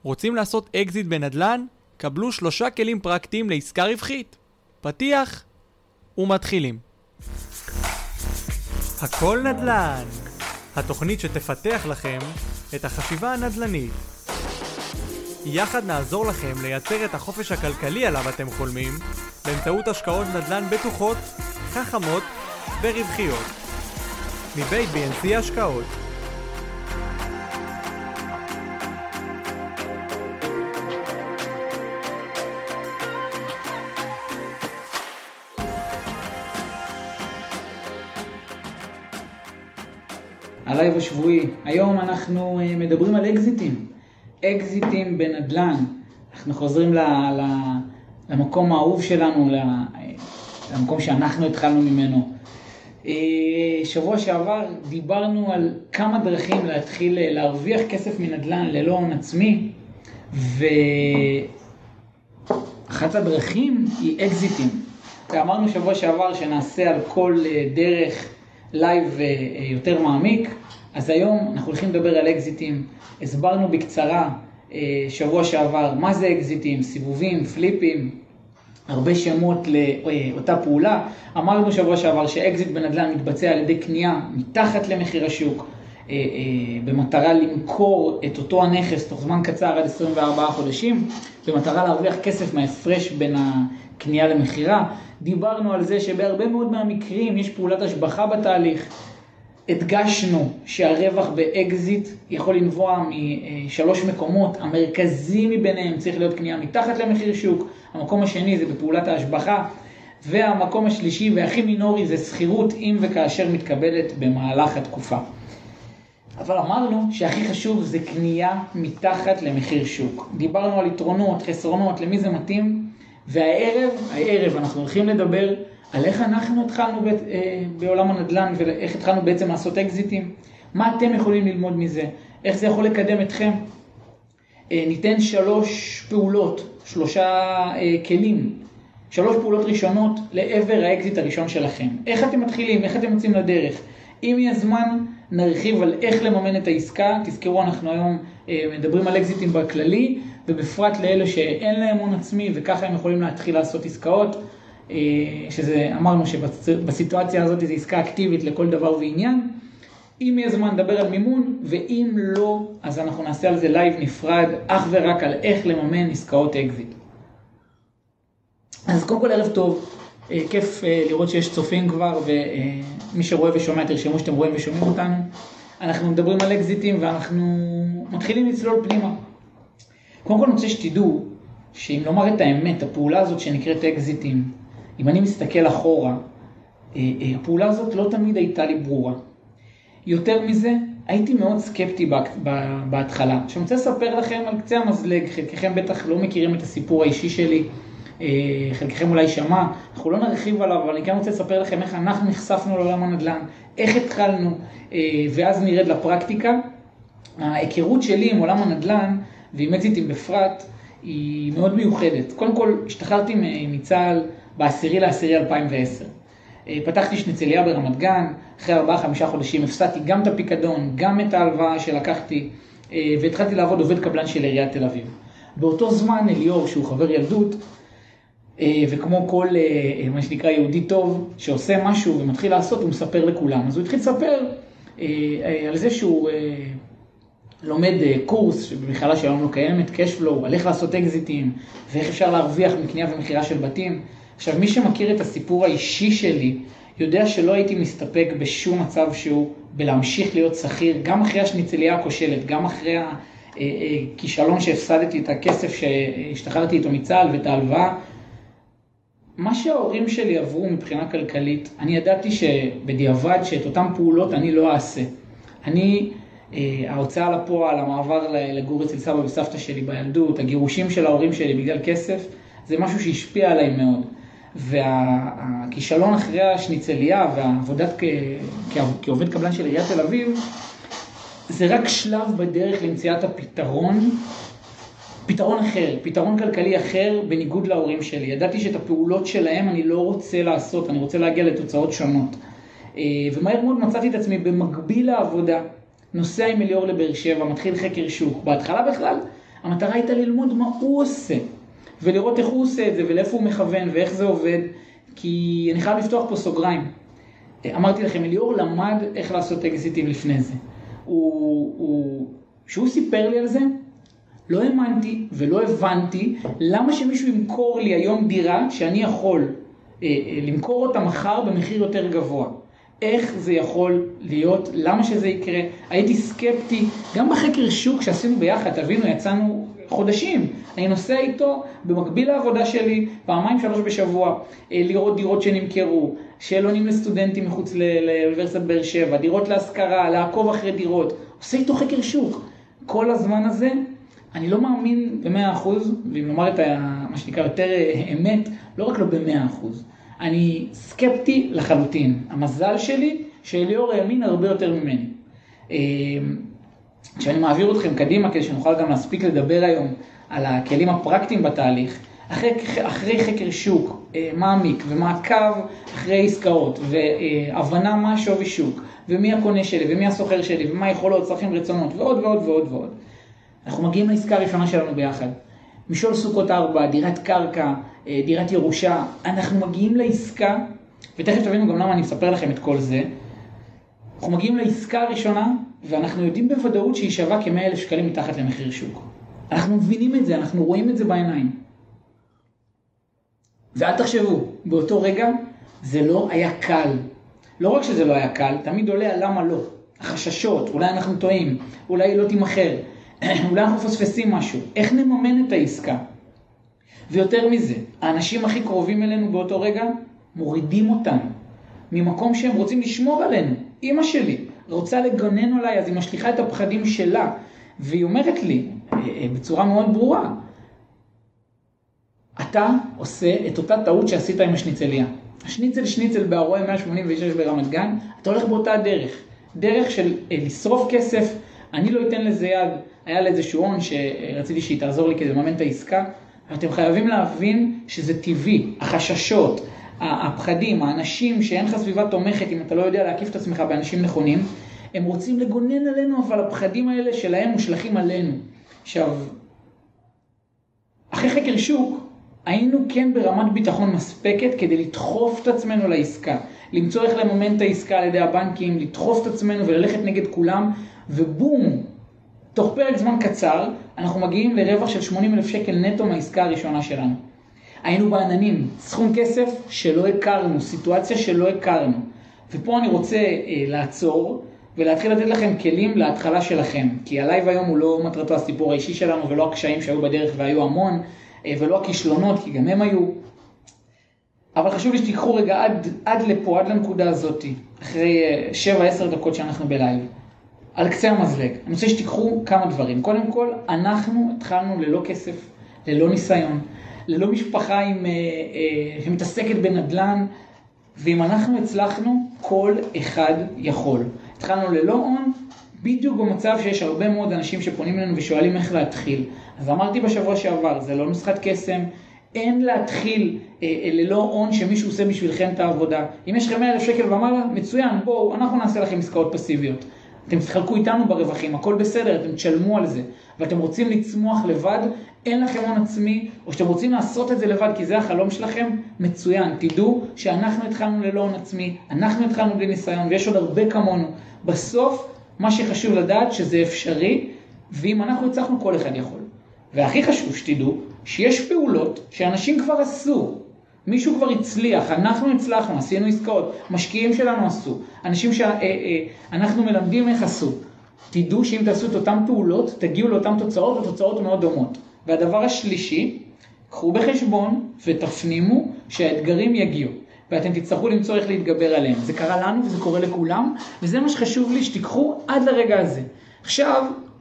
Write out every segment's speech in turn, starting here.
רוצים לעשות אקזיט בנדל"ן? קבלו 3 כלים פרקטיים לעסקה רווחית. פתיח ומתחילים. הכל נדל"ן, התוכנית שתפתח לכם את החשיבה הנדל"נית. יחד נעזור לכם לייצר את החופש הכלכלי עליו אתם חולמים באמצעות השקעות נדל"ן בטוחות, חכמות ורווחיות. מבית BNC השקעות. הלייב השבועי. היום אנחנו מדברים על אקזיטים בנדל"ן. אנחנו חוזרים למקום האהוב שלנו, למקום שאנחנו התחלנו ממנו. שבוע שעבר דיברנו על כמה דרכים להתחיל להרוויח כסף מנדל"ן ללא הון עצמי, ואחת הדרכים היא אקזיטים. ואמרנו שבוע שעבר שנעשה על כל דרך לייב יותר מעמיק, אז היום אנחנו הולכים לדבר על אקזיטים. הסברנו בקצרה שבוע שעבר מה זה אקזיטים, סיבובים, פליפים, הרבה שמות לאותה פעולה. אמרנו שבוע שעבר שאקזיט בנדל"ן מתבצע על ידי קנייה מתחת למחיר השוק, במטרה למכור את אותו הנכס תוך זמן קצר עד 24 חודשים, במטרה להרוויח כסף מההפרש בין הקנייה למחירה. דיברנו על זה שבהרבה מאוד מהמקרים יש פעולת השבחה בתהליך. הדגשנו שהרווח באקזיט יכול לנבוע משלוש מקומות. המרכזי מביניהם צריך להיות קנייה מתחת למחיר שוק. המקום השני זה בפעולת ההשבחה. והמקום השלישי והכי מינורי זה שכירות אם וכאשר מתקבלת במהלך התקופה. אבל אמרנו שהכי חשוב זה קנייה מתחת למחיר שוק. דיברנו על יתרונות, חסרונות, למי זה מתאים. והערב אנחנו הולכים לדבר על איך אנחנו התחלנו בעולם הנדל"ן ואיך התחלנו בעצם לעשות אקזיטים. מה אתם יכולים ללמוד מזה? איך זה יכול לקדם אתכם? ניתן 3 כלים, 3 פעולות ראשונות לעבר האקזיט הראשון שלכם. איך אתם מתחילים? איך אתם יוצאים לדרך? אם יהיה זמן נרחיב על איך לממן את העסקה. תזכרו, אנחנו היום מדברים על אקזיטים בכללי, ובפרט לאלה שאין להם הון עצמי, וככה הם יכולים להתחיל לעשות עסקאות, שזה אמרנו שבסיטואציה הזאת זה עסקה אקטיבית לכל דבר ועניין. אם יהיה זמן נדבר על מימון, ואם לא, אז אנחנו נעשה על זה לייב נפרד, אך ורק על איך לממן עסקאות אקזיט. אז קודם כל ערב טוב, כיף לראות שיש צופים כבר, ומי שרואה ושומע תרשמו שאתם רואים ושומעים אותנו. אנחנו מדברים על אקזיטים ואנחנו מתחילים לצלול פנימה. קודם כל אני רוצה שתדעו שאם לומר את האמת, הפעולה הזאת שנקראת אקזיטים, אם אני מסתכל אחורה, הפעולה הזאת לא תמיד הייתה לי ברורה. יותר מזה, הייתי מאוד סקפטי בהתחלה. שאני רוצה לספר לכם על קצה המזלג, חלקכם בטח לא מכירים את הסיפור האישי שלי, חלקכם אולי שמע, אנחנו לא נרחיב עליו, אבל אני כן רוצה לספר לכם איך אנחנו נחשפנו לעולם הנדל"ן, איך התחלנו, ואז נרד לפרקטיקה. ההיכרות שלי עם עולם הנדל"ן, ועם אקזיטים בפרט, היא מאוד מיוחדת. קודם כל, השתחררתי מצה"ל ב10/10/2010. פתחתי שניצליה ברמת גן, אחרי 4-5 חודשים הפסדתי גם את הפיקדון, גם את ההלוואה שלקחתי, והתחלתי לעבוד עובד קבלן של עיריית תל אביב. באותו זמן אליאור, שהוא חבר ילדות, וכמו כל מה שנקרא יהודי טוב, שעושה משהו ומתחיל לעשות, הוא מספר לכולם. אז הוא התחיל לספר על זה שהוא לומד קורס שבמכללה שהיום לא קיימת, קשפלואו, על איך לעשות אקזיטים, ואיך אפשר להרוויח מקנייה ומכירה של בתים. עכשיו, מי שמכיר את הסיפור האישי שלי, יודע שלא הייתי מסתפק בשום מצב שהוא בלהמשיך להיות שכיר, גם אחרי השניצליה הכושלת, גם אחרי הכישלון שהפסדתי את הכסף שהשתחררתי איתו מצה"ל ואת ההלוואה. מה שההורים שלי עברו מבחינה כלכלית, אני ידעתי שבדיעבד שאת אותם פעולות אני לא אעשה. ההוצאה לפועל, המעבר לגור אצל סבא וסבתא שלי בילדות, הגירושים של ההורים שלי בגלל כסף, זה משהו שהשפיע עליי מאוד. והכישלון אחרי השניצליה והעבודת כעובד קבלן של עיריית תל אביב, זה רק שלב בדרך למציאת פתרון אחר, פתרון כלכלי אחר בניגוד להורים שלי. ידעתי שאת הפעולות שלהם אני לא רוצה לעשות, אני רוצה להגיע לתוצאות שונות. ומהר מאוד מצאתי את עצמי במקביל לעבודה, נוסע עם אליאור לבאר שבע, מתחיל חקר שוק. בהתחלה בכלל המטרה הייתה ללמוד מה הוא עושה, ולראות איך הוא עושה את זה, ולאיפה הוא מכוון, ואיך זה עובד, כי אני חייב לפתוח פה סוגריים. אמרתי לכם, אליאור למד איך לעשות אקזיטים לפני זה. כשהוא סיפר לי על זה, לא האמנתי ולא הבנתי למה שמישהו ימכור לי היום דירה שאני יכול למכור אותה מחר במחיר יותר גבוה. איך זה יכול להיות, למה שזה יקרה. הייתי סקפטי, גם בחקר שוק שעשינו ביחד, תבינו, יצאנו חודשים. אני נוסע איתו במקביל לעבודה שלי, 2-3 בשבוע, לראות דירות שנמכרו, שאלונים לסטודנטים מחוץ לאוניברסיטת באר שבע, דירות להשכרה, לעקוב אחרי דירות. עושה איתו חקר שוק. כל הזמן הזה, אני לא מאמין ב100%, ואם נאמר את מה שנקרא יותר אמת, לא רק לא ב100%. אני סקפטי לחלוטין. המזל שלי שאליאור האמין הרבה יותר ממני. כשאני מעביר אתכם קדימה, כדי שנוכל גם להספיק לדבר היום על הכלים הפרקטיים בתהליך, אחרי חקר שוק מעמיק ומעקב אחרי עסקאות והבנה מה שווי שוק ומי הקונה שלי ומי הסוחר שלי ומה יכולות, צרכים, רצונות ועוד ועוד ועוד ועוד. אנחנו מגיעים לעסקה הראשונה שלנו ביחד. משול סוכות 4, דירת קרקע, דירת ירושה. אנחנו מגיעים לעסקה, ותכף תבינו גם למה אני מספר לכם את כל זה. אנחנו מגיעים לעסקה הראשונה, ואנחנו יודעים בוודאות שהיא שווה כ100,000 שקלים מתחת למחיר שוק. אנחנו מבינים את זה, אנחנו רואים את זה בעיניים. ואל תחשבו, באותו רגע זה לא היה קל. לא רק שזה לא היה קל, תמיד עולה על למה לא. החששות, אולי אנחנו טועים, אולי היא לא תימחר, אולי אנחנו פוספסים משהו. איך נממן את העסקה? ויותר מזה, האנשים הכי קרובים אלינו באותו רגע מורידים אותנו ממקום שהם רוצים לשמור עלינו. אמא שלי רוצה לגונן עליי, אז היא משליחה את הפחדים שלה, והיא אומרת לי בצורה מאוד ברורה, אתה עושה את אותה טעות שעשית עם השניצליה. השניצל בערועי 186 ברמת גן, אתה הולך באותה דרך. דרך של לשרוף כסף, אני לא אתן לזה יד. היה לה איזשהו הון שרציתי שהיא תעזור לי כדי לממן את העסקה. אתם חייבים להבין שזה טבעי, החששות, הפחדים, האנשים שאין לך סביבה תומכת, אם אתה לא יודע להקיף את עצמך באנשים נכונים, הם רוצים לגונן עלינו, אבל הפחדים האלה שלהם מושלכים עלינו. עכשיו, אחרי חקר שוק, היינו כן ברמת ביטחון מספקת כדי לדחוף את עצמנו לעסקה, למצוא איך לממן את העסקה על ידי הבנקים, לדחוף את עצמנו וללכת נגד כולם, ובום, תוך פרק זמן קצר, אנחנו מגיעים לרווח של 80,000 שקל נטו מהעסקה הראשונה שלנו. היינו בעננים, סכום כסף שלא הכרנו, סיטואציה שלא הכרנו. ופה אני רוצה לעצור ולהתחיל לתת לכם כלים להתחלה שלכם. כי הלייב היום הוא לא מטרתו הסיפור האישי שלנו ולא הקשיים שהיו בדרך והיו המון, ולא הכישלונות כי גם הם היו. אבל חשוב לי שתיקחו רגע עד לפה, עד לנקודה הזאת, אחרי 7-10 דקות שאנחנו בלייב. על קצה המזלג. אני רוצה שתיקחו כמה דברים. קודם כל, אנחנו התחלנו ללא כסף, ללא ניסיון, ללא משפחה שמתעסקת בנדלן, ואם אנחנו הצלחנו, כל אחד יכול. התחלנו ללא הון, בדיוק במצב שיש הרבה מאוד אנשים שפונים אלינו ושואלים איך להתחיל. אז אמרתי בשבוע שעבר, זה לא נוסחת קסם, אין להתחיל ללא הון שמישהו עושה בשבילכם את העבודה. אם יש לכם 100,000 שקל ומעלה, מצוין, בואו, אנחנו נעשה לכם עסקאות פסיביות. אתם תחלקו איתנו ברווחים, הכל בסדר, אתם תשלמו על זה. ואתם רוצים לצמוח לבד, אין לכם הון עצמי, או שאתם רוצים לעשות את זה לבד כי זה החלום שלכם, מצוין. תדעו שאנחנו התחלנו ללא הון עצמי, אנחנו התחלנו בלי ניסיון, ויש עוד הרבה כמונו. בסוף, מה שחשוב לדעת שזה אפשרי, ואם אנחנו הצלחנו, כל אחד יכול. והכי חשוב שתדעו שיש פעולות שאנשים כבר עשו. מישהו כבר הצליח, אנחנו הצלחנו, עשינו עסקאות, משקיעים שלנו עשו, אנשים שאנחנו מלמדים איך עשו. תדעו שאם תעשו את אותם פעולות, תגיעו לאותן תוצאות, ותוצאות מאוד דומות. והדבר השלישי, קחו בחשבון ותפנימו שהאתגרים יגיעו, ואתם תצטרכו למצוא איך להתגבר עליהם. זה קרה לנו וזה קורה לכולם, וזה מה שחשוב לי שתיקחו עד לרגע הזה. עכשיו,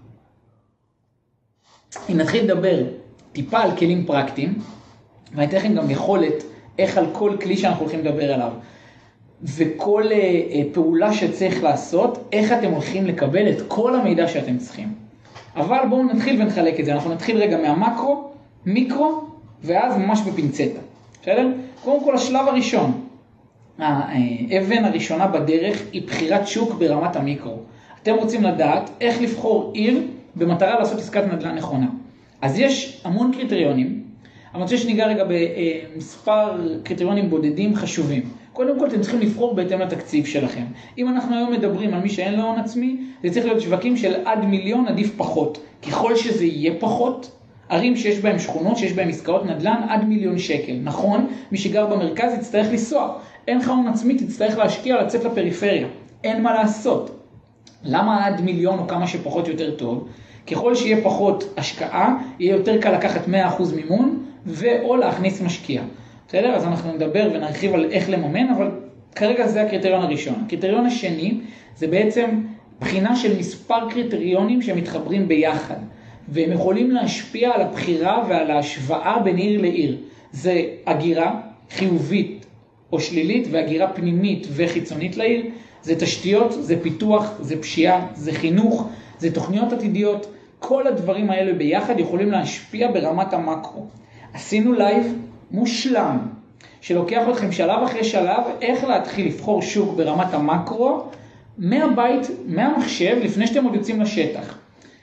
אם נתחיל לדבר טיפה על כלים פרקטיים, ואני אתן לכם גם יכולת איך על כל כלי שאנחנו הולכים לדבר עליו, וכל פעולה שצריך לעשות, איך אתם הולכים לקבל את כל המידע שאתם צריכים. אבל בואו נתחיל ונחלק את זה. אנחנו נתחיל רגע מהמקרו, מיקרו, ואז ממש בפינצטה. בסדר? קודם כל השלב הראשון, האבן הראשונה בדרך היא בחירת שוק ברמת המיקרו. אתם רוצים לדעת איך לבחור עיר במטרה לעשות עסקת נדל"ן נכונה. אז יש המון קריטריונים, אבל אני רוצה שניגע רגע במספר קריטריונים בודדים חשובים. קודם כל אתם צריכים לבחור בהתאם לתקציב שלכם. אם אנחנו היום מדברים על מי שאין לו הון עצמי, זה צריך להיות שווקים של עד מיליון, עדיף פחות. ככל שזה יהיה פחות, ערים שיש בהם שכונות, שיש בהם עסקאות נדל"ן, עד מיליון שקל. נכון, מי שגר במרכז יצטרך לנסוע. אין לך הון עצמי, תצטרך להשקיע, לצאת לפריפריה. אין מה לעשות. למה עד מיליון או כמה שפחות יותר טוב? ככל שיהיה פחות השקעה, יהיה יותר קל לקחת 100% מימון, או להכניס משקיע. בסדר? אז אנחנו נדבר ונרחיב על איך לממן, אבל כרגע זה הקריטריון הראשון. הקריטריון השני זה בעצם בחינה של מספר קריטריונים שמתחברים ביחד, והם יכולים להשפיע על הבחירה ועל ההשוואה בין עיר לעיר. זה הגירה חיובית או שלילית, והגירה פנימית וחיצונית לעיר. זה תשתיות, זה פיתוח, זה פשיעה, זה חינוך, זה תוכניות עתידיות. כל הדברים האלה ביחד יכולים להשפיע ברמת המקרו. עשינו לייב מושלם, שלוקח אתכם שלב אחרי שלב, איך להתחיל לבחור שוק ברמת המקרו, מהבית, מהמחשב, לפני שאתם עוד יוצאים לשטח.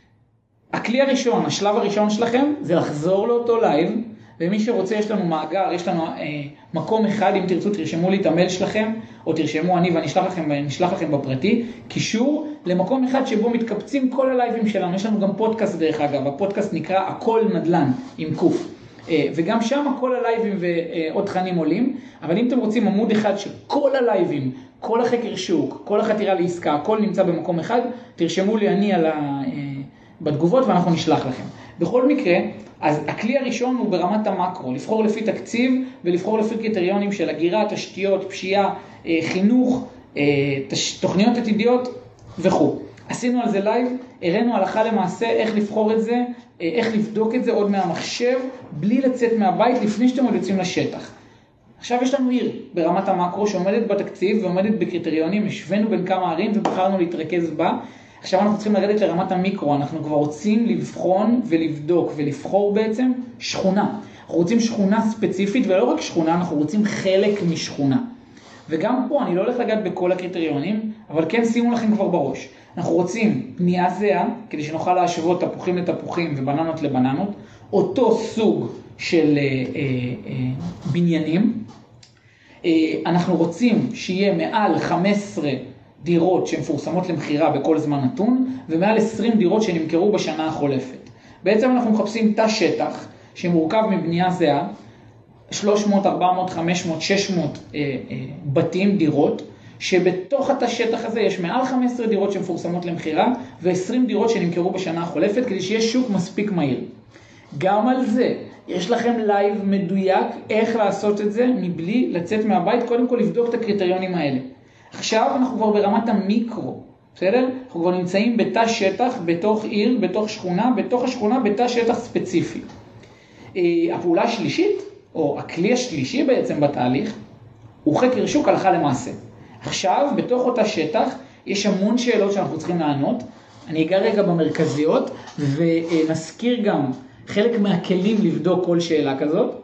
הכלי הראשון, השלב הראשון שלכם, זה לחזור לאותו לייב, ומי שרוצה, יש לנו מאגר, יש לנו מקום אחד, אם תרצו תרשמו לי את המייל שלכם, או תרשמו אני ואני אשלח לכם בפרטי, קישור למקום אחד שבו מתקבצים כל הלייבים שלנו. יש לנו גם פודקאסט דרך אגב, הפודקאסט נקרא הכל נדל"ן עם קוף. וגם שם כל הלייבים ועוד תכנים עולים, אבל אם אתם רוצים עמוד אחד שכל הלייבים, כל החקר שוק, כל החתירה לעסקה, הכל נמצא במקום אחד, תרשמו לי אני בתגובות ואנחנו נשלח לכם. בכל מקרה, אז הכלי הראשון הוא ברמת המקרו, לבחור לפי תקציב ולבחור לפי קריטריונים של הגירה, תשתיות, פשיעה, חינוך, תוכניות עתידיות וכו'. עשינו על זה לייב, הראינו הלכה למעשה איך לבחור את זה, איך לבדוק את זה עוד מהמחשב, בלי לצאת מהבית לפני שאתם עוד יוצאים לשטח. עכשיו יש לנו עיר ברמת המקרו שעומדת בתקציב ועומדת בקריטריונים, השווינו בין כמה ערים ובחרנו להתרכז בה. עכשיו אנחנו צריכים לרדת לרמת המיקרו, אנחנו כבר רוצים לבחון ולבדוק ולבחור בעצם שכונה. אנחנו רוצים שכונה ספציפית ולא רק שכונה, אנחנו רוצים חלק משכונה. וגם פה אני לא הולך לגעת בכל הקריטריונים, אבל כן שימו לכם כבר בראש. אנחנו רוצים בנייה זהה, כדי שנוכל להשוות תפוחים לתפוחים ובננות לבננות, אותו סוג של בניינים. אנחנו רוצים שיהיה מעל 15 דירות שמפורסמות למחירה בכל זמן נתון, ומעל 20 דירות שנמכרו בשנה החולפת. בעצם אנחנו מחפשים תא שטח שמורכב מבנייה זהה, 300, 400, 500, 600 בתים, דירות, שבתוך התא שטח הזה יש מעל 15 דירות שמפורסמות למחירה, ו20 דירות שנמכרו בשנה החולפת, כדי שיהיה שוק מספיק מהיר. גם על זה יש לכם לייב מדויק איך לעשות את זה מבלי לצאת מהבית, קודם כל לבדוק את הקריטריונים האלה. עכשיו אנחנו כבר ברמת המיקרו, בסדר? אנחנו כבר נמצאים בתא שטח, בתוך עיר, בתוך שכונה, בתוך השכונה, בתא שטח ספציפי. הפעולה השלישית, או הכלי השלישי בעצם בתהליך, הוא חקר שוק הלכה למעשה. עכשיו, בתוך אותה שטח, יש המון שאלות שאנחנו צריכים לענות. אני אגע רגע במרכזיות, ונזכיר גם חלק מהכלים לבדוק כל שאלה כזאת.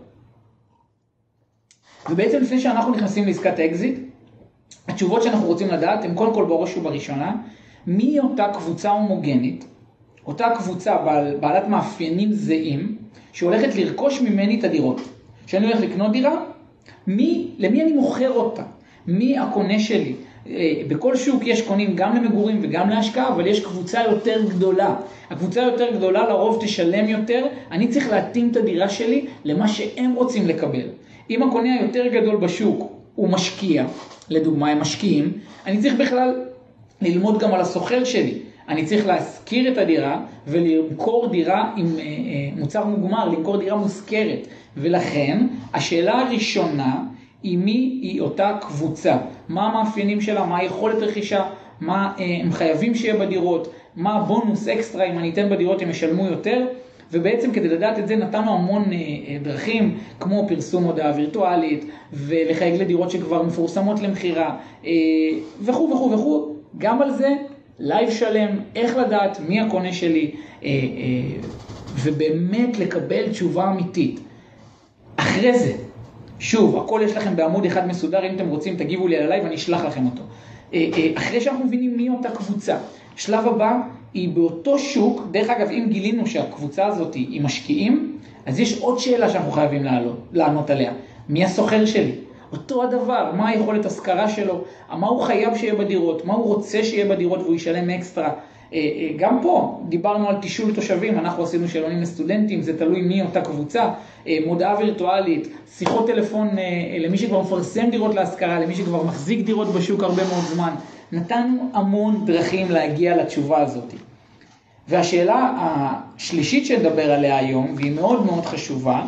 ובעצם לפני שאנחנו נכנסים לעסקת אקזיט, התשובות שאנחנו רוצים לדעת הן קודם כל בראש ובראשונה, מי אותה קבוצה הומוגנית, אותה קבוצה בעלת מאפיינים זהים, שהולכת לרכוש ממני את הדירות. כשאני הולך לקנות דירה, למי אני מוכר אותה? מי הקונה שלי? בכל שוק יש קונים גם למגורים וגם להשקעה, אבל יש קבוצה יותר גדולה. הקבוצה יותר גדולה לרוב תשלם יותר, אני צריך להתאים את הדירה שלי למה שהם רוצים לקבל. אם הקונה היותר גדול בשוק הוא משקיע, לדוגמה הם משקיעים, אני צריך בכלל ללמוד גם על הסוחר שלי. אני צריך להשכיר את הדירה ולמכור דירה עם מוצר מוגמר, למכור דירה מושכרת. ולכן השאלה הראשונה היא מי היא אותה קבוצה. מה המאפיינים שלה, מה היכולת רכישה, מה הם חייבים שיהיה בדירות, מה הבונוס אקסטרה, אם אני אתן בדירות הם ישלמו יותר. ובעצם כדי לדעת את זה נתנו המון דרכים, כמו פרסום הודעה וירטואלית, ולחייג לדירות שכבר מפורסמות למחירה, וכו' וכו' וכו'. גם על זה לייב שלם, איך לדעת מי הקונה שלי, ובאמת לקבל תשובה אמיתית. אחרי זה, שוב, הכל יש לכם בעמוד אחד מסודר, אם אתם רוצים תגיבו לי על הלייב, אני אשלח לכם אותו. אחרי שאנחנו מבינים מי אותה קבוצה, שלב הבא, היא באותו שוק. דרך אגב, אם גילינו שהקבוצה הזאת היא משקיעים, אז יש עוד שאלה שאנחנו חייבים לענות עליה. מי הסוחר שלי? אותו הדבר, מה היכולת השכרה שלו, מה הוא חייב שיהיה בדירות, מה הוא רוצה שיהיה בדירות והוא ישלם אקסטרה. גם פה דיברנו על תישול תושבים, אנחנו עשינו שאלונים לסטודנטים, זה תלוי מי אותה קבוצה, מודעה וירטואלית, שיחות טלפון למי שכבר מפרסם דירות להשכרה, למי שכבר מחזיק דירות בשוק הרבה מאוד זמן. נתנו המון דרכים להגיע לתשובה הזאת. והשאלה השלישית שנדבר עליה היום, והיא מאוד מאוד חשובה,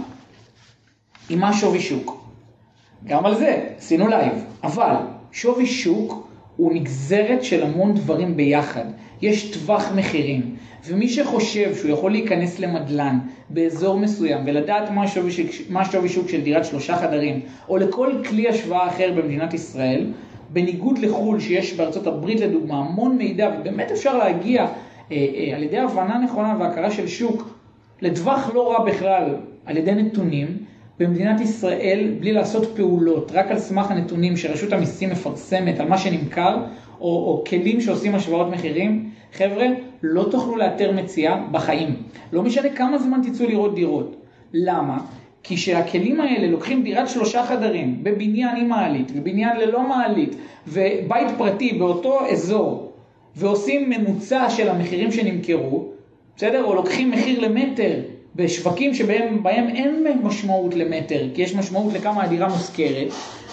היא מה שווי שוק. גם על זה עשינו לייב, אבל שווי שוק הוא נגזרת של המון דברים ביחד. יש טווח מחירים, ומי שחושב שהוא יכול להיכנס למדלן באזור מסוים ולדעת מה שווי שוק של דירת 3 חדרים, או לכל כלי השוואה אחר במדינת ישראל, בניגוד לחול שיש בארצות הברית לדוגמה המון מידע, ובאמת אפשר להגיע על ידי הבנה נכונה והכרה של שוק לטווח לא רע בכלל על ידי נתונים, במדינת ישראל בלי לעשות פעולות, רק על סמך הנתונים שרשות המיסים מפרסמת על מה שנמכר, או כלים שעושים השוואות מחירים, חבר'ה, לא תוכלו לאתר מציאה בחיים. לא משנה כמה זמן תצאו לראות דירות. למה? כי שהכלים האלה לוקחים דירת 3 חדרים, בבניין עם מעלית, ובניין ללא מעלית, ובית פרטי באותו אזור, ועושים ממוצע של המחירים שנמכרו, בסדר? או לוקחים מחיר למטר, בשווקים שבהם אין משמעות למטר, כי יש משמעות לכמה הדירה מושכרת,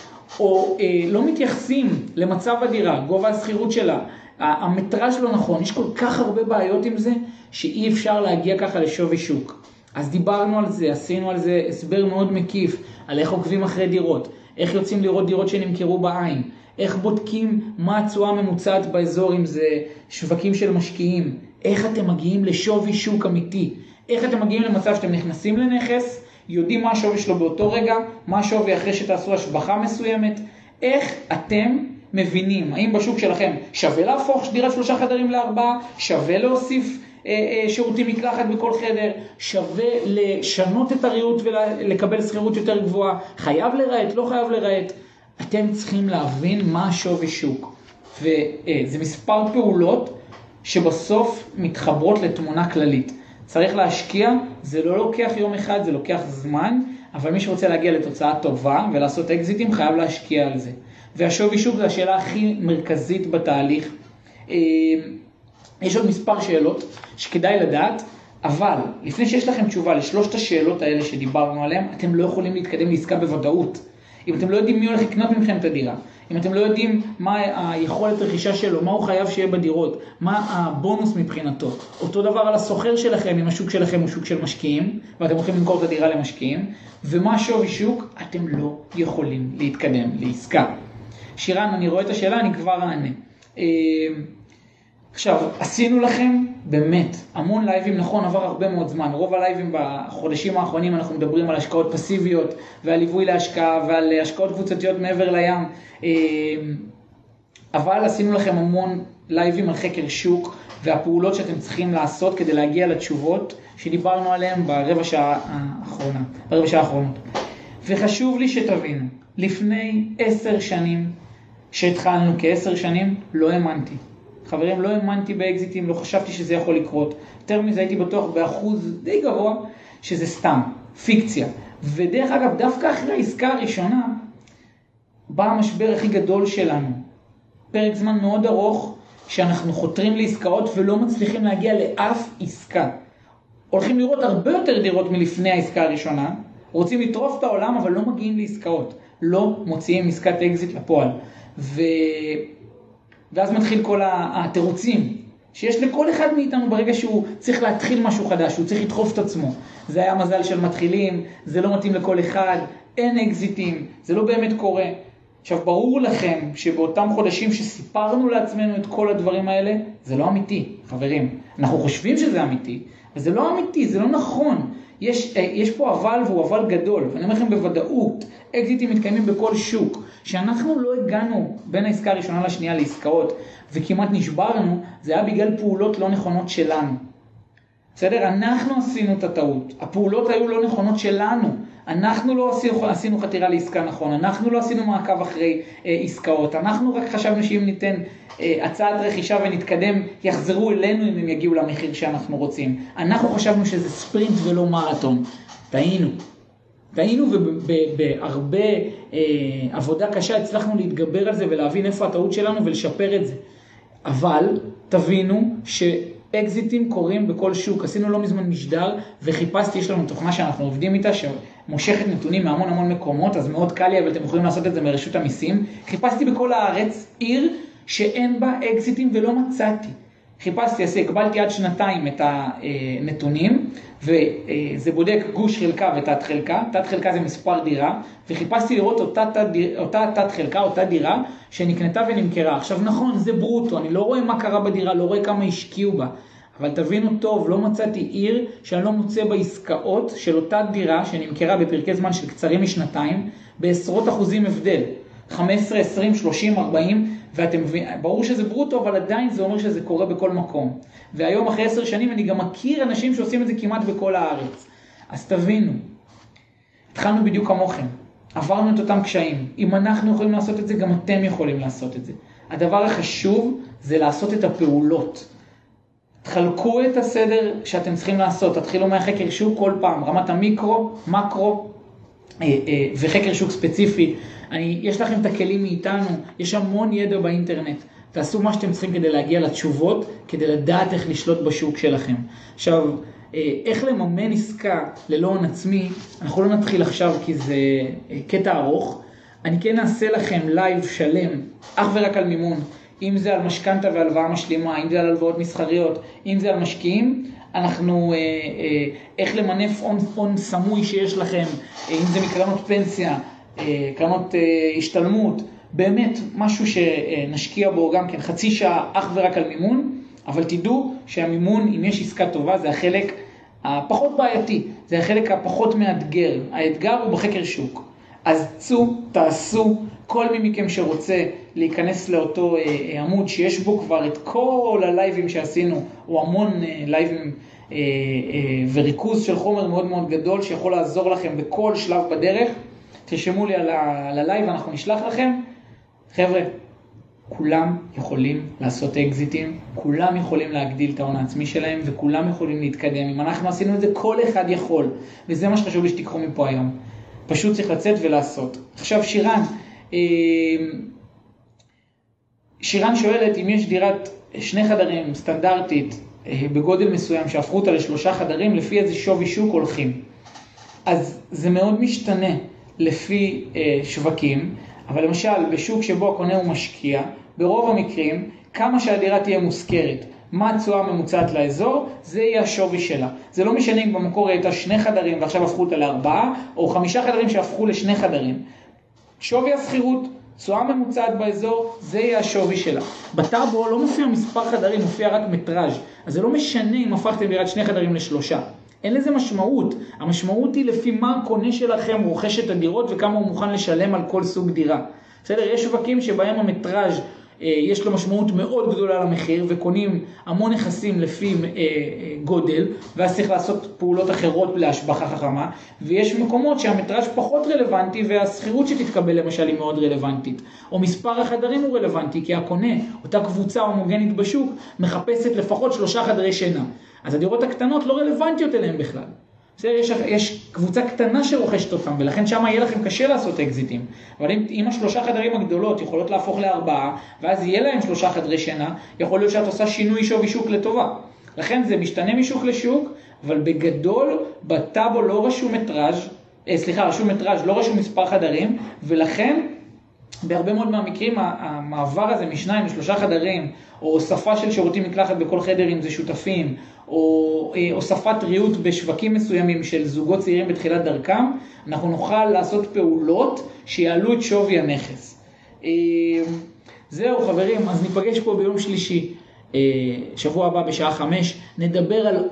או לא מתייחסים למצב הדירה, גובה השכירות שלה, המטראז' לא נכון, יש כל כך הרבה בעיות עם זה, שאי אפשר להגיע ככה לשווי שוק. אז דיברנו על זה, עשינו על זה הסבר מאוד מקיף, על איך עוקבים אחרי דירות, איך יוצאים לראות דירות שנמכרו בעין, איך בודקים מה התשואה הממוצעת באזור, אם זה שווקים של משקיעים, איך אתם מגיעים לשווי שוק אמיתי, איך אתם מגיעים למצב שאתם נכנסים לנכס, יודעים מה השווי שלו באותו רגע, מה השווי אחרי שתעשו השבחה מסוימת, איך אתם מבינים, האם בשוק שלכם שווה להפוך דירת 3 חדרים ל4, שווה להוסיף שירותים מקלחת בכל חדר, שווה לשנות את הריהוט ולקבל שכירות יותר גבוהה, חייב לראות, לא חייב לראות. אתם צריכים להבין מה השווי שוק, וזה מספר פעולות שבסוף מתחברות לתמונה כללית. צריך להשקיע, זה לא לוקח יום אחד, זה לוקח זמן, אבל מי שרוצה להגיע לתוצאה טובה ולעשות אקזיטים חייב להשקיע על זה. והשווי שוק זה השאלה הכי מרכזית בתהליך. יש עוד מספר שאלות שכדאי לדעת, אבל לפני שיש לכם תשובה לשלושת השאלות האלה שדיברנו עליהן, אתם לא יכולים להתקדם לעסקה בוודאות. אם אתם לא יודעים מי הולך לקנות מכם את הדירה, אם אתם לא יודעים מה היכולת רכישה שלו, מה הוא חייב שיהיה בדירות, מה הבונוס מבחינתו. אותו דבר על הסוחר שלכם, אם השוק שלכם הוא שוק של משקיעים, ואתם הולכים למכור את הדירה למשקיעים, ומה שווי שוק, אתם לא יכולים להתקדם לעסקה. שירן, אני רואה את השאלה, אני כבר אענה. עכשיו, עשינו לכם באמת המון לייבים, נכון, עבר הרבה מאוד זמן. רוב הלייבים בחודשים האחרונים אנחנו מדברים על השקעות פסיביות ועל ליווי להשקעה ועל השקעות קבוצתיות מעבר לים. אבל עשינו לכם המון לייבים על חקר שוק והפעולות שאתם צריכים לעשות כדי להגיע לתשובות שדיברנו עליהם ברבע שעה האחרונות. וחשוב לי שתבינו, לפני 10 שנים שהתחלנו, כ10 שנים, לא האמנתי. חברים, לא האמנתי באקזיטים, לא חשבתי שזה יכול לקרות. יותר מזה הייתי בטוח באחוז די גבוה שזה סתם, פיקציה. ודרך אגב, דווקא אחרי העסקה הראשונה, בא המשבר הכי גדול שלנו. פרק זמן מאוד ארוך, שאנחנו חותרים לעסקאות ולא מצליחים להגיע לאף עסקה. הולכים לראות הרבה יותר דירות מלפני העסקה הראשונה, רוצים לטרוף את העולם, אבל לא מגיעים לעסקאות. לא מוציאים עסקת אקזיט לפועל. ואז מתחיל כל התירוצים שיש לכל אחד מאיתנו ברגע שהוא צריך להתחיל משהו חדש, הוא צריך לדחוף את עצמו. זה היה מזל של מתחילים, זה לא מתאים לכל אחד, אין אקזיטים, זה לא באמת קורה. עכשיו ברור לכם שבאותם חודשים שסיפרנו לעצמנו את כל הדברים האלה, זה לא אמיתי, חברים. אנחנו חושבים שזה אמיתי, אבל זה לא אמיתי, זה לא נכון. יש פה אבל והוא אבל גדול, ואני אומר לכם בוודאות, אקזיטים מתקיימים בכל שוק. שאנחנו לא הגענו בין העסקה הראשונה לשנייה לעסקאות, וכמעט נשברנו, זה היה בגלל פעולות לא נכונות שלנו. בסדר? אנחנו עשינו את הטעות. הפעולות היו לא נכונות שלנו. אנחנו לא עשינו חתירה לעסקה נכון. אנחנו לא עשינו מעקב אחרי עסקאות. אנחנו רק חשבנו שאם ניתן הצעת רכישה ונתקדם, יחזרו אלינו אם הם יגיעו למחיר שאנחנו רוצים. אנחנו חשבנו שזה ספרינט ולא מרתון. טעינו ובהרבה עבודה קשה הצלחנו להתגבר על זה ולהבין איפה הטעות שלנו ולשפר את זה. אבל תבינו שאקזיטים קורים בכל שוק. עשינו לא מזמן משדר וחיפשתי, יש לנו תוכנה שאנחנו עובדים איתה שמושכת נתונים מהמון המון מקומות, אז מאוד קל לי, אבל אתם יכולים לעשות את זה מרשות המיסים. חיפשתי בכל הארץ עיר שאין בה אקזיטים ולא מצאתי. חיפשתי, הגבלתי עד 2 את הנתונים, וזה בודק גוש חלקה ותת חלקה. תת חלקה זה מספר דירה, וחיפשתי לראות אותה תת חלקה, אותה דירה, שנקנתה ונמכרה. עכשיו נכון, זה ברוטו, אני לא רואה מה קרה בדירה, לא רואה כמה השקיעו בה. אבל תבינו טוב, לא מצאתי עיר שאני לא מוצא בעסקאות של אותה דירה, שנמכרה בפרקי זמן של קצרים משנתיים, בעשרות אחוזים הבדל. 15, 20, 30, 40, ואתם מבינים, ברור שזה ברוטו, אבל עדיין זה אומר שזה קורה בכל מקום. והיום אחרי 10 שנים אני גם מכיר אנשים שעושים את זה כמעט בכל הארץ. אז תבינו, התחלנו בדיוק כמוכם, עברנו את אותם קשיים. אם אנחנו יכולים לעשות את זה, גם אתם יכולים לעשות את זה. הדבר החשוב זה לעשות את הפעולות. תחלקו את הסדר שאתם צריכים לעשות, תתחילו מהחקר שוק כל פעם, רמת המיקרו, מקרו וחקר שוק ספציפי. יש לכם את הכלים מאיתנו, יש המון ידע באינטרנט. תעשו מה שאתם צריכים כדי להגיע לתשובות, כדי לדעת איך לשלוט בשוק שלכם. עכשיו, איך לממן עסקה ללא הון עצמי, אנחנו לא נתחיל עכשיו כי זה קטע ארוך. אני כן אעשה לכם לייב שלם, אך ורק על מימון, אם זה על משכנתה והלוואה משלימה, אם זה על הלוואות מסחריות, אם זה על משקיעים, אנחנו, איך למנף הון סמוי שיש לכם, אם זה מקרנות פנסיה, קרנות השתלמות, באמת משהו שנשקיע בו גם כן חצי שעה אך ורק על מימון, אבל תדעו שהמימון, אם יש עסקה טובה, זה החלק הפחות בעייתי, זה החלק הפחות מאתגר. האתגר הוא בחקר שוק. אז תעשו, כל מי מכם שרוצה להיכנס לאותו עמוד שיש בו כבר את כל הלייבים שעשינו, או המון לייבים וריכוז של חומר מאוד מאוד גדול שיכול לעזור לכם בכל שלב בדרך. תרשמו לי על הלייב, אנחנו נשלח לכם. חבר'ה, כולם יכולים לעשות אקזיטים, כולם יכולים להגדיל את ההון העצמי שלהם, וכולם יכולים להתקדם. אם אנחנו עשינו את זה, כל אחד יכול. וזה מה שחשוב לי שתיקחו מפה היום. פשוט צריך לצאת ולעשות. עכשיו שירן שואלת אם יש דירת 2 חדרים סטנדרטית בגודל מסוים שהפכו אותה ל3 חדרים, לפי איזה שווי שוק הולכים. אז זה מאוד משתנה לפי שווקים, אבל למשל בשוק שבו הקונה הוא משקיע, ברוב המקרים כמה שהדירה תהיה מושכרת, מה התשואה הממוצעת לאזור, זה יהיה השווי שלה. זה לא משנה אם במקור הייתה 2 חדרים ועכשיו הפכו אותה ל4, או 5 חדרים שהפכו ל2 חדרים. שווי השכירות, תשואה ממוצעת באזור, זה יהיה השווי שלה. בטאבו לא מופיע מספר חדרים, מופיע רק מטראז', אז זה לא משנה אם הפכתם דירת 2 חדרים ל3. אין לזה משמעות. המשמעות היא לפי מה הקונה שלכם רוכש את הדירות וכמה הוא מוכן לשלם על כל סוג דירה. בסדר? יש שווקים שבהם המטראז' יש לו משמעות מאוד גדולה למחיר, וקונים המון נכסים לפי גודל, ואז צריך לעשות פעולות אחרות להשבחה חכמה, ויש מקומות שהמטראז' פחות רלוונטי, והשכירות שתתקבל למשל היא מאוד רלוונטית, או מספר החדרים הוא רלוונטי, כי הקונה, אותה קבוצה הומוגנית בשוק, מחפשת לפחות 3 חדרי שינה. אז הדירות הקטנות לא רלוונטיות אליהם בכלל. יש קבוצה קטנה שרוכשת אותם, ולכן שם יהיה לכם קשה לעשות אקזיטים. אבל אם 3 חדרים הגדולות יכולות להפוך ל4, ואז יהיה להם 3 חדרי שינה, יכול להיות שאת עושה שינוי שווי שוק לטובה. לכן זה משתנה משוק לשוק, אבל בגדול בטאבו לא רשום מטראז', רשום מטראז', לא רשום מספר חדרים, ולכן בהרבה מאוד מהמקרים המעבר הזה מ2 ל3 חדרים, או הוספה של שירותים מקלחת בכל חדר אם זה שותפים, או הוספת ריהוט בשווקים מסוימים של זוגות צעירים בתחילת דרכם, אנחנו נוכל לעשות פעולות שיעלו את שווי הנכס. זהו חברים, אז ניפגש פה ביום שלישי, שבוע הבא בשעה 5, נדבר על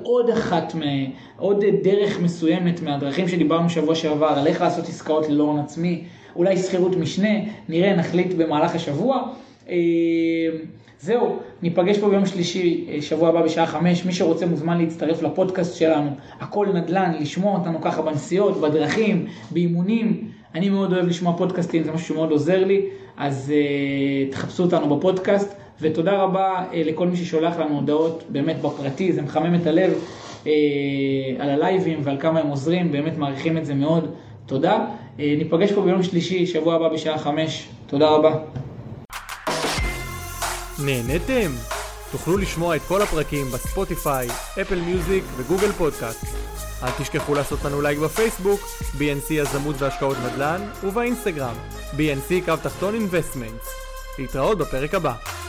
עוד דרך מסוימת מהדרכים שדיברנו שבוע שעבר, על איך לעשות עסקאות ללא הון עצמי, אולי שכירות משנה, נראה, נחליט במהלך השבוע. זהו, ניפגש פה ביום שלישי, שבוע הבא בשעה 5. מי שרוצה מוזמן להצטרף לפודקאסט שלנו, הכל נדל"ן, לשמוע אותנו ככה בנסיעות, בדרכים, באימונים. אני מאוד אוהב לשמוע פודקאסטים, זה משהו שמאוד עוזר לי, אז תחפשו אותנו בפודקאסט. ותודה רבה לכל מי ששולח לנו הודעות, באמת בפרטי, זה מחמם את הלב על הלייבים ועל כמה הם עוזרים, באמת מעריכים את זה מאוד. תודה. ניפגש פה ביום שלישי, שבוע הבא בשעה 5. תודה רבה. נהנתם? תוכלו לשמוע את כל הפרקים בספוטיפיי, אפל מיוזיק וגוגל פודקאסט. אל תשכחו לעשות לנו לייק בפייסבוק, BNC יזמות והשקעות נדל"ן, ובאינסטגרם, BNC_Investments. להתראות בפרק הבא.